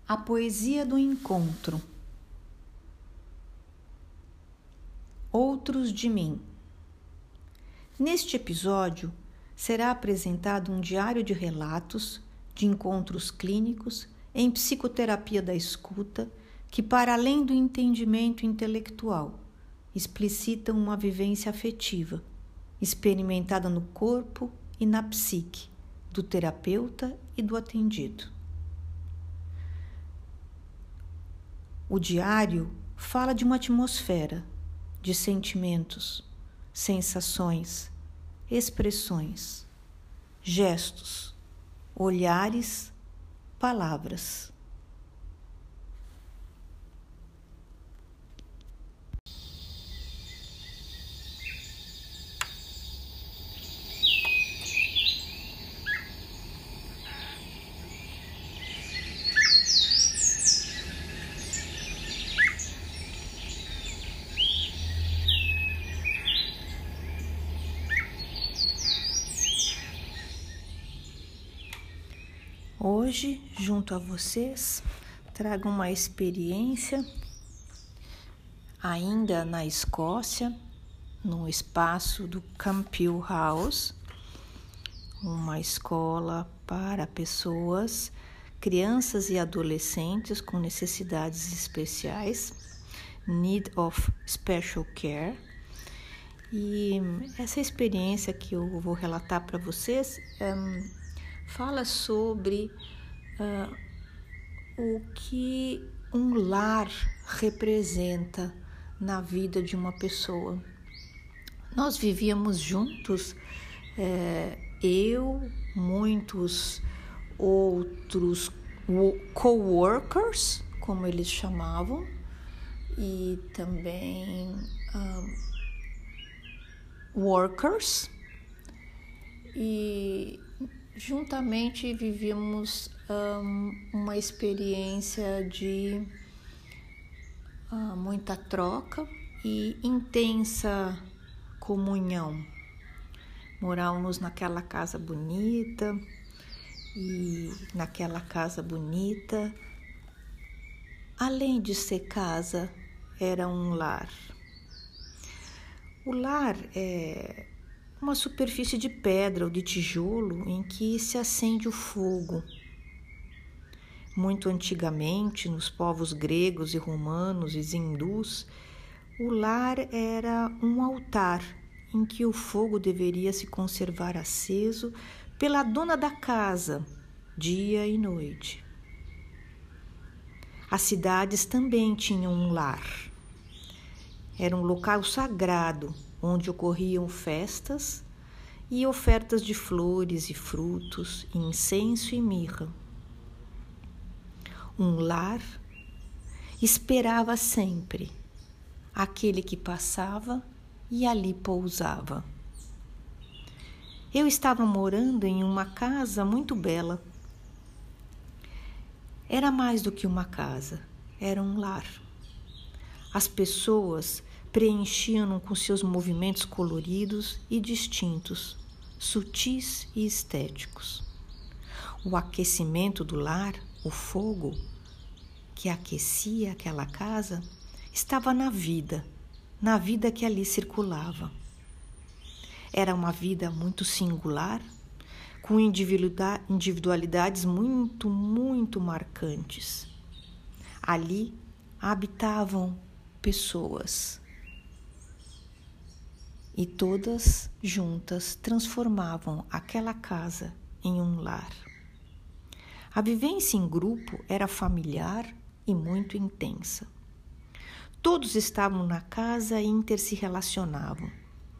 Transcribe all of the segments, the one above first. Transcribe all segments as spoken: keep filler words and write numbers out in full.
A poesia do encontro. Outros de mim. Neste episódio, será apresentado um diário de relatos de encontros clínicos em psicoterapia da escuta que, para além do entendimento intelectual, explicitam uma vivência afetiva, experimentada no corpo e na psique, do terapeuta e do atendido. O diário fala de uma atmosfera, de sentimentos, sensações, expressões, gestos, olhares, palavras. Hoje, junto a vocês, trago uma experiência ainda na Escócia, no espaço do Campill House, uma escola para pessoas, crianças e adolescentes com necessidades especiais, need of special care. E essa experiência que eu vou relatar para vocês é fala sobre uh, o que um lar representa na vida de uma pessoa. Nós vivíamos juntos, eh, eu, muitos outros coworkers, como eles chamavam, e também um, workers, e juntamente vivíamos um, uma experiência de uh, muita troca e intensa comunhão. Morávamos naquela casa bonita e naquela casa bonita, além de ser casa, era um lar. O lar é uma superfície de pedra ou de tijolo em que se acende o fogo. Muito antigamente, nos povos gregos e romanos e hindus, o lar era um altar em que o fogo deveria se conservar aceso pela dona da casa, dia e noite. As cidades também tinham um lar. Era um local sagrado, onde ocorriam festas e ofertas de flores e frutos, incenso e mirra. Um lar esperava sempre aquele que passava e ali pousava. Eu estava morando em uma casa muito bela. Era mais do que uma casa, era um lar. As pessoas preenchiam-no com seus movimentos coloridos e distintos, sutis e estéticos. O aquecimento do lar, o fogo que aquecia aquela casa, estava na vida, na vida que ali circulava. Era uma vida muito singular, com individualidades muito, muito marcantes. Ali habitavam pessoas. E todas juntas transformavam aquela casa em um lar. A vivência em grupo era familiar e muito intensa. Todos estavam na casa e inter se relacionavam.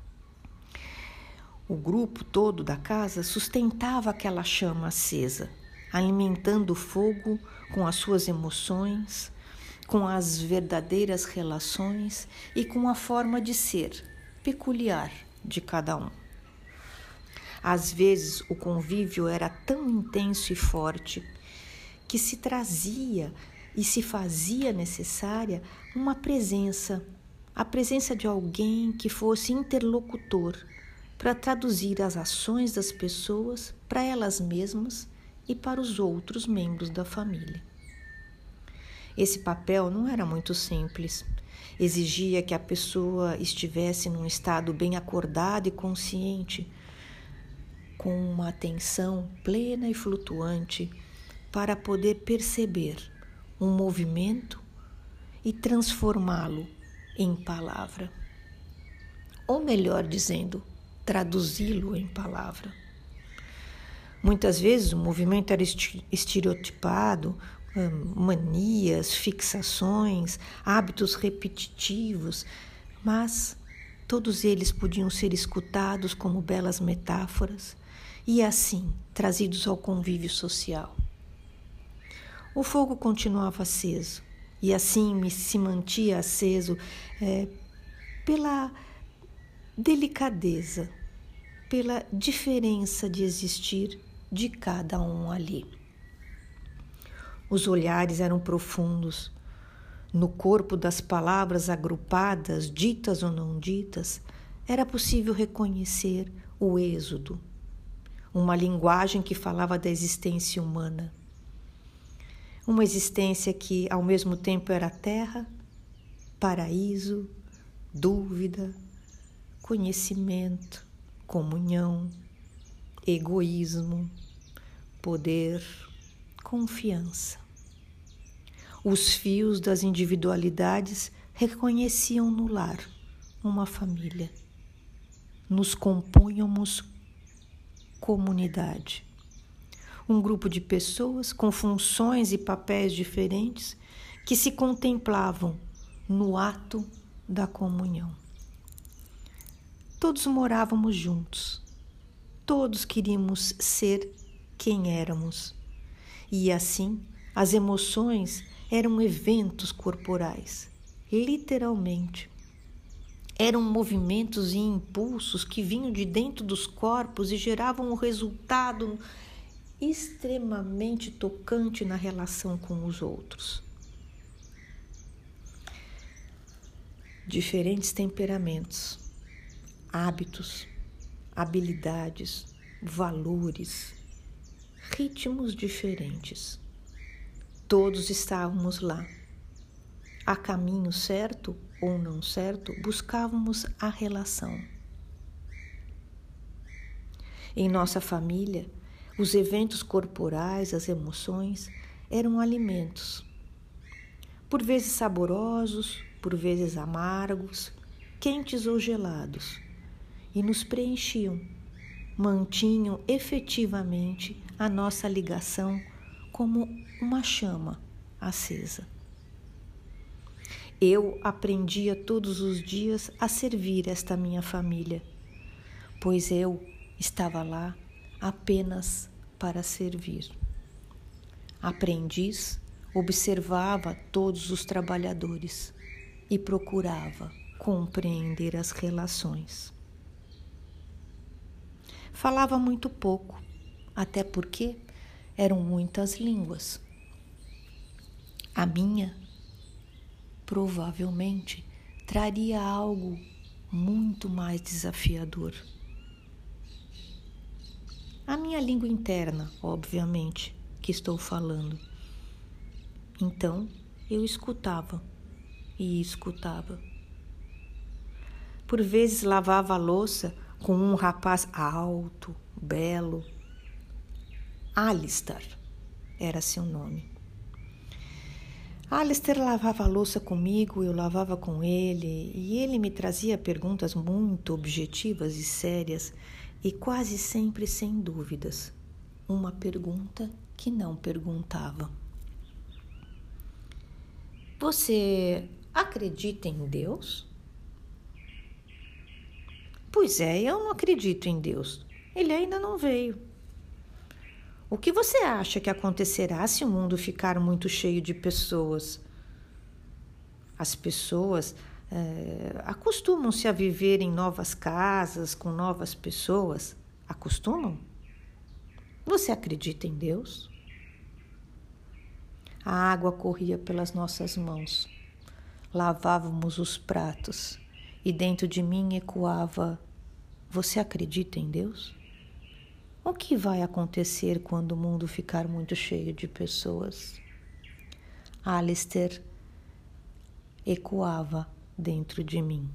O grupo todo da casa sustentava aquela chama acesa, alimentando o fogo com as suas emoções, com as verdadeiras relações e com a forma de ser peculiar de cada um. Às vezes o convívio era tão intenso e forte que se trazia e se fazia necessária uma presença, a presença de alguém que fosse interlocutor para traduzir as ações das pessoas para elas mesmas e para os outros membros da família. Esse papel não era muito simples. Exigia que a pessoa estivesse num estado bem acordado e consciente, com uma atenção plena e flutuante, para poder perceber um movimento e transformá-lo em palavra. Ou melhor dizendo, traduzi-lo em palavra. Muitas vezes o movimento era estereotipado, manias, fixações, hábitos repetitivos, mas todos eles podiam ser escutados como belas metáforas e assim trazidos ao convívio social. O fogo continuava aceso e assim se mantia aceso é, pela delicadeza, pela diferença de existir de cada um ali. Os olhares eram profundos. No corpo das palavras agrupadas, ditas ou não ditas, era possível reconhecer o êxodo, uma linguagem que falava da existência humana. Uma existência que, ao mesmo tempo, era terra, paraíso, dúvida, conhecimento, comunhão, egoísmo, poder, confiança. Os fios das individualidades reconheciam no lar uma família. Nos compunhamos comunidade. Um grupo de pessoas com funções e papéis diferentes que se contemplavam no ato da comunhão. Todos morávamos juntos. Todos queríamos ser quem éramos. E assim, as emoções eram eventos corporais, literalmente. Eram movimentos e impulsos que vinham de dentro dos corpos e geravam um resultado extremamente tocante na relação com os outros. Diferentes temperamentos, hábitos, habilidades, valores, ritmos diferentes. Todos estávamos lá. A caminho certo ou não certo, buscávamos a relação. Em nossa família, os eventos corporais, as emoções, eram alimentos. Por vezes saborosos, por vezes amargos, quentes ou gelados, e nos preenchiam, mantinham efetivamente a nossa ligação como uma chama acesa. Eu aprendia todos os dias a servir esta minha família, pois eu estava lá apenas para servir. Aprendiz, observava todos os trabalhadores e procurava compreender as relações. Falava muito pouco, até porque eram muitas línguas. A minha, provavelmente, traria algo muito mais desafiador. A minha língua interna, obviamente, que estou falando. Então, eu escutava e escutava. Por vezes lavava a louça com um rapaz alto, belo. Alistair era seu nome. Alistair lavava a louça comigo, eu lavava com ele, e ele me trazia perguntas muito objetivas e sérias, e quase sempre sem dúvidas. Uma pergunta que não perguntava. Você acredita em Deus? Pois é, eu não acredito em Deus. Ele ainda não veio. O que você acha que acontecerá se o mundo ficar muito cheio de pessoas? As pessoas é, acostumam-se a viver em novas casas, com novas pessoas. Acostumam? Você acredita em Deus? A água corria pelas nossas mãos. Lavávamos os pratos e dentro de mim ecoava: você acredita em Deus? O que vai acontecer quando o mundo ficar muito cheio de pessoas? Alistair ecoava dentro de mim.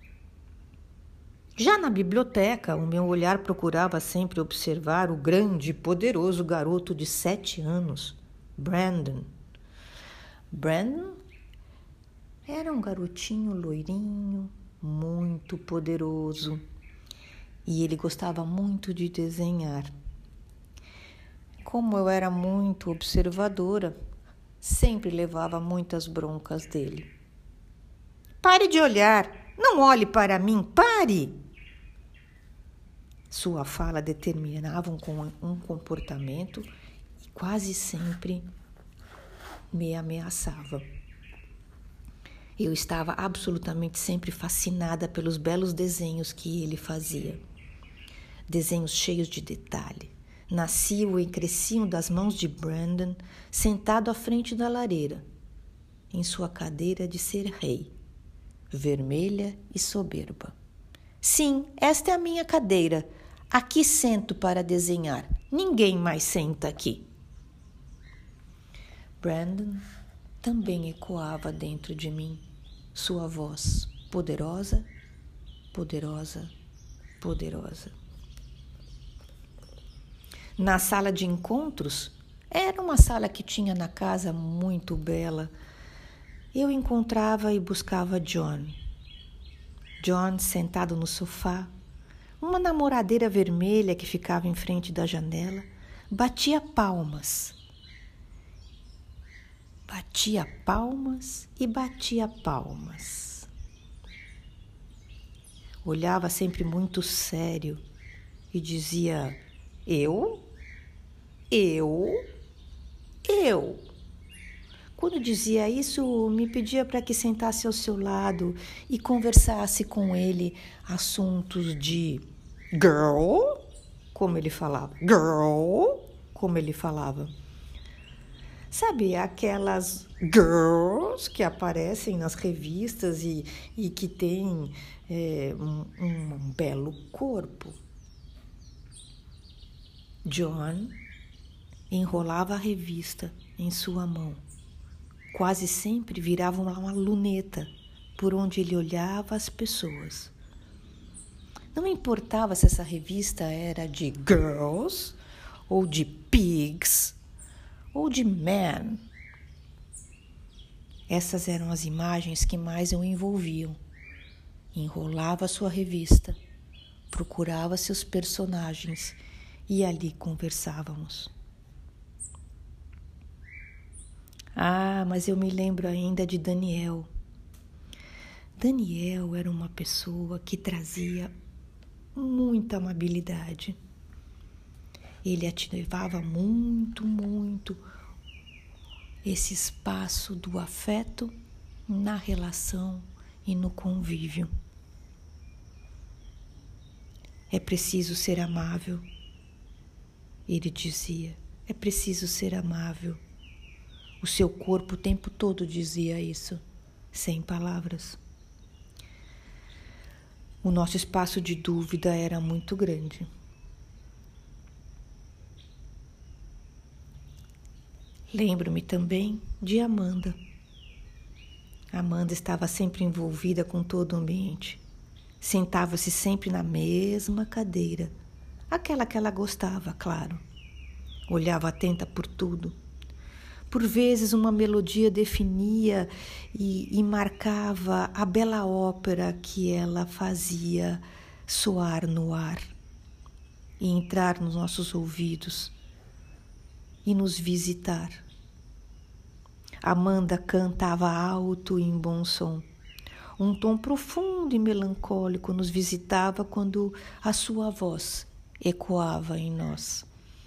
Já na biblioteca, o meu olhar procurava sempre observar o grande e poderoso garoto de sete anos, Brandon. Brandon era um garotinho loirinho, muito poderoso, e ele gostava muito de desenhar. Como eu era muito observadora, sempre levava muitas broncas dele. Pare de olhar! Não olhe para mim! Pare! Sua fala determinava um comportamento e quase sempre me ameaçava. Eu estava absolutamente sempre fascinada pelos belos desenhos que ele fazia. Desenhos cheios de detalhe. Nasciam e cresciam das mãos de Brandon, sentado à frente da lareira, em sua cadeira de ser rei, vermelha e soberba. Sim, esta é a minha cadeira. Aqui sento para desenhar. Ninguém mais senta aqui. Brandon também ecoava dentro de mim, sua voz poderosa, poderosa, poderosa. Na sala de encontros, era uma sala que tinha na casa muito bela, eu encontrava e buscava John. John sentado no sofá, uma namoradeira vermelha que ficava em frente da janela, batia palmas. Batia palmas e batia palmas. Olhava sempre muito sério e dizia: Eu? Eu? Eu? Quando dizia isso, me pedia para que sentasse ao seu lado e conversasse com ele assuntos de girl, como ele falava, girl, como ele falava. Sabe, aquelas girls que aparecem nas revistas e, e que têm é, um, um belo corpo. John enrolava a revista em sua mão. Quase sempre virava uma luneta por onde ele olhava as pessoas. Não importava se essa revista era de girls, ou de pigs, ou de men. Essas eram as imagens que mais o envolviam. Enrolava sua revista, procurava seus personagens e ali conversávamos. Ah, mas eu me lembro ainda de Daniel. Daniel era uma pessoa que trazia muita amabilidade. Ele ativava muito, muito esse espaço do afeto na relação e no convívio. É preciso ser amável, ele dizia. É preciso ser amável. O seu corpo o tempo todo dizia isso, sem palavras. O nosso espaço de dúvida era muito grande. Lembro-me também de Amanda. Amanda estava sempre envolvida com todo o ambiente. Sentava-se sempre na mesma cadeira, aquela que ela gostava, claro. Olhava atenta por tudo. Por vezes uma melodia definia e, e marcava a bela ópera que ela fazia soar no ar e entrar nos nossos ouvidos e nos visitar. Amanda cantava alto e em bom som. Um tom profundo e melancólico nos visitava quando a sua voz ecoava em nós.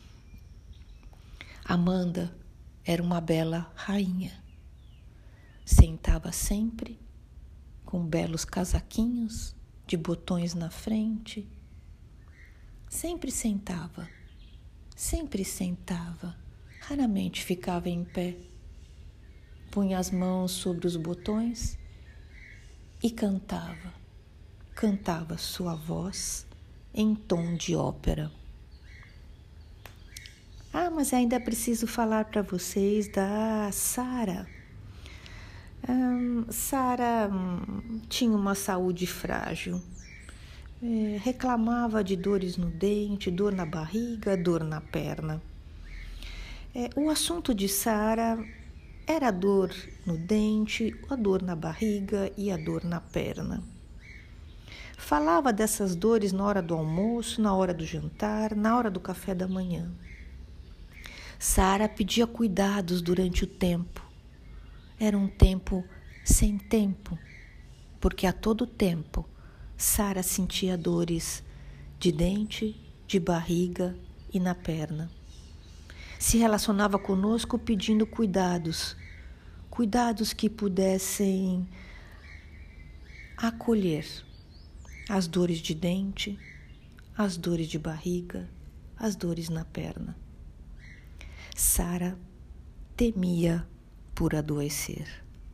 Amanda era uma bela rainha. Sentava sempre com belos casaquinhos de botões na frente. Sempre sentava, sempre sentava, raramente ficava em pé. Punha as mãos sobre os botões e cantava. Cantava sua voz em tom de ópera. Ah, mas ainda preciso falar para vocês da Sarah. Hum, Sara hum, tinha uma saúde frágil. É, reclamava de dores no dente, dor na barriga, dor na perna. É, o assunto de Sara era a dor no dente, a dor na barriga e a dor na perna. Falava dessas dores na hora do almoço, na hora do jantar, na hora do café da manhã. Sara pedia cuidados durante o tempo. Era um tempo sem tempo, porque a todo tempo Sara sentia dores de dente, de barriga e na perna. Se relacionava conosco pedindo cuidados, cuidados que pudessem acolher as dores de dente, as dores de barriga, as dores na perna. Sara temia por adoecer.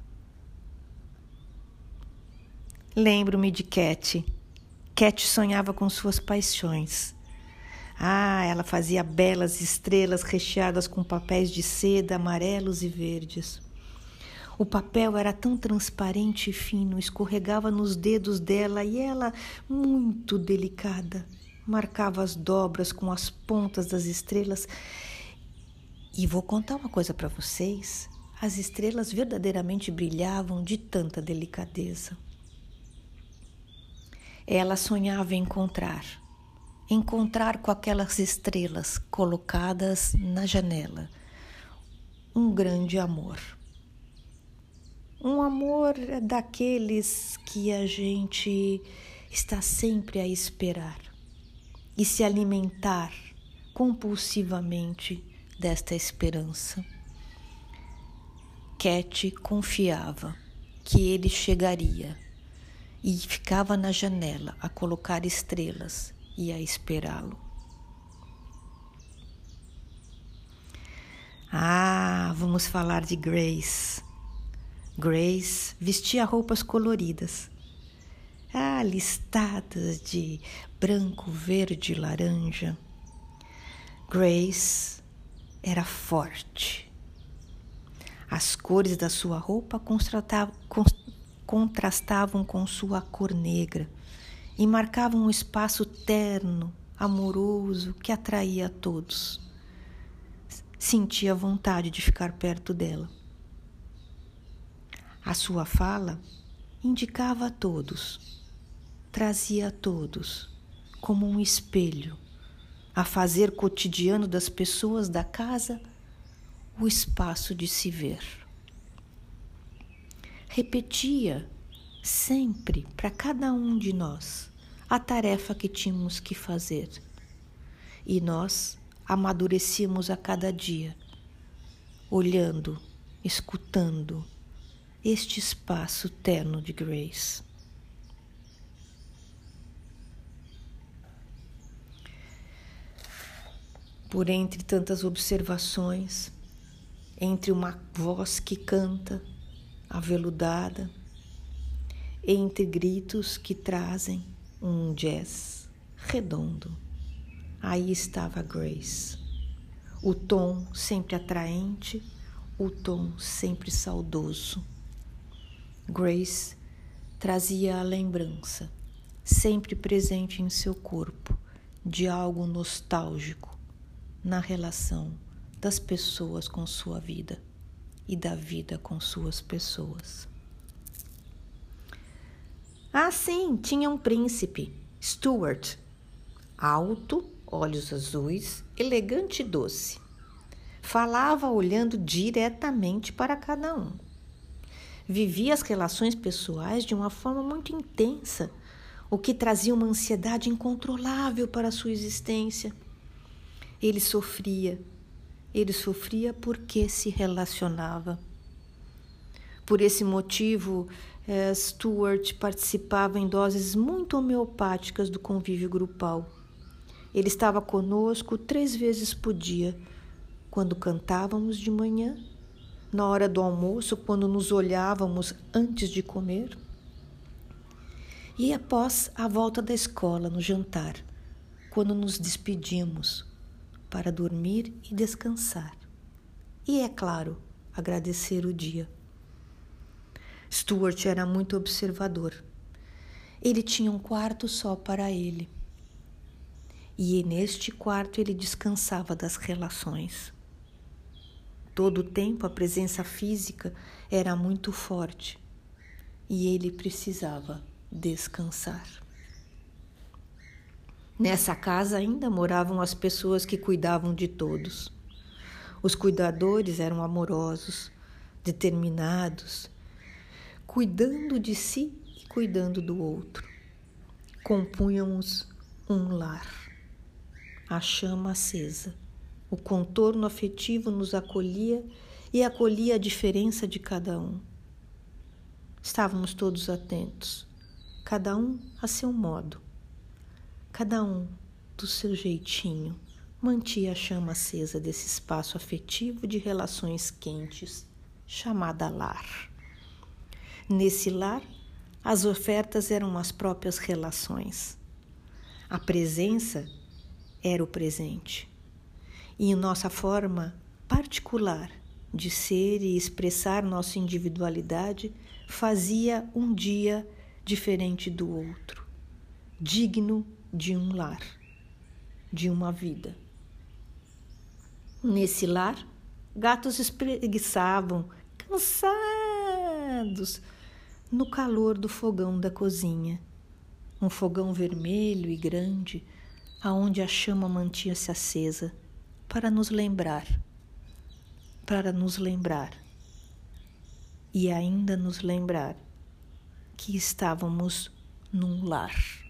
Lembro-me de Cat. Cat sonhava com suas paixões. Ah, ela fazia belas estrelas recheadas com papéis de seda amarelos e verdes. O papel era tão transparente e fino, escorregava nos dedos dela e ela, muito delicada, marcava as dobras com as pontas das estrelas. E vou contar uma coisa para vocês: as estrelas verdadeiramente brilhavam de tanta delicadeza. Ela sonhava em encontrar, encontrar com aquelas estrelas colocadas na janela, um grande amor. Um amor daqueles que a gente está sempre a esperar e se alimentar compulsivamente desta esperança. Cat confiava que ele chegaria e ficava na janela a colocar estrelas e a esperá-lo. Ah, vamos falar de Grace. Grace vestia roupas coloridas, ah, listadas de branco, verde e laranja. Grace era forte. As cores da sua roupa contrastavam com sua cor negra e marcavam um espaço terno, amoroso, que atraía a todos. Sentia vontade de ficar perto dela. A sua fala indicava a todos, trazia a todos como um espelho, a fazer cotidiano das pessoas da casa o espaço de se ver. Repetia sempre para cada um de nós a tarefa que tínhamos que fazer. E nós amadurecíamos a cada dia, olhando, escutando este espaço terno de Grace. Por entre tantas observações, entre uma voz que canta, aveludada, entre gritos que trazem um jazz redondo, aí estava Grace. O tom sempre atraente, o tom sempre saudoso. Grace trazia a lembrança, sempre presente em seu corpo, de algo nostálgico na relação das pessoas com sua vida e da vida com suas pessoas. Ah, sim, tinha um príncipe, Stuart, alto, olhos azuis, elegante e doce. Falava olhando diretamente para cada um. Vivia as relações pessoais de uma forma muito intensa, o que trazia uma ansiedade incontrolável para a sua existência. Ele sofria, ele sofria porque se relacionava. Por esse motivo, eh, Stuart participava em doses muito homeopáticas do convívio grupal. Ele estava conosco três vezes por dia, quando cantávamos de manhã, na hora do almoço, quando nos olhávamos antes de comer, e após a volta da escola, no jantar, quando nos despedimos para dormir e descansar. E, é claro, agradecer o dia. Stuart era muito observador. Ele tinha um quarto só para ele. E neste quarto ele descansava das relações. Todo o tempo a presença física era muito forte e ele precisava descansar. Nessa casa ainda moravam as pessoas que cuidavam de todos. Os cuidadores eram amorosos, determinados, cuidando de si e cuidando do outro. Compunhamos um lar. A chama acesa, o contorno afetivo nos acolhia e acolhia a diferença de cada um. Estávamos todos atentos, cada um a seu modo, cada um do seu jeitinho, mantia a chama acesa desse espaço afetivo de relações quentes, chamada lar. Nesse lar, as ofertas eram as próprias relações. A presença era o presente. E nossa forma particular de ser e expressar nossa individualidade fazia um dia diferente do outro, digno de um lar, de uma vida. Nesse lar, gatos espreguiçavam, cansados, no calor do fogão da cozinha. Um fogão vermelho e grande, aonde a chama mantinha-se acesa, para nos lembrar, para nos lembrar e ainda nos lembrar que estávamos num lar.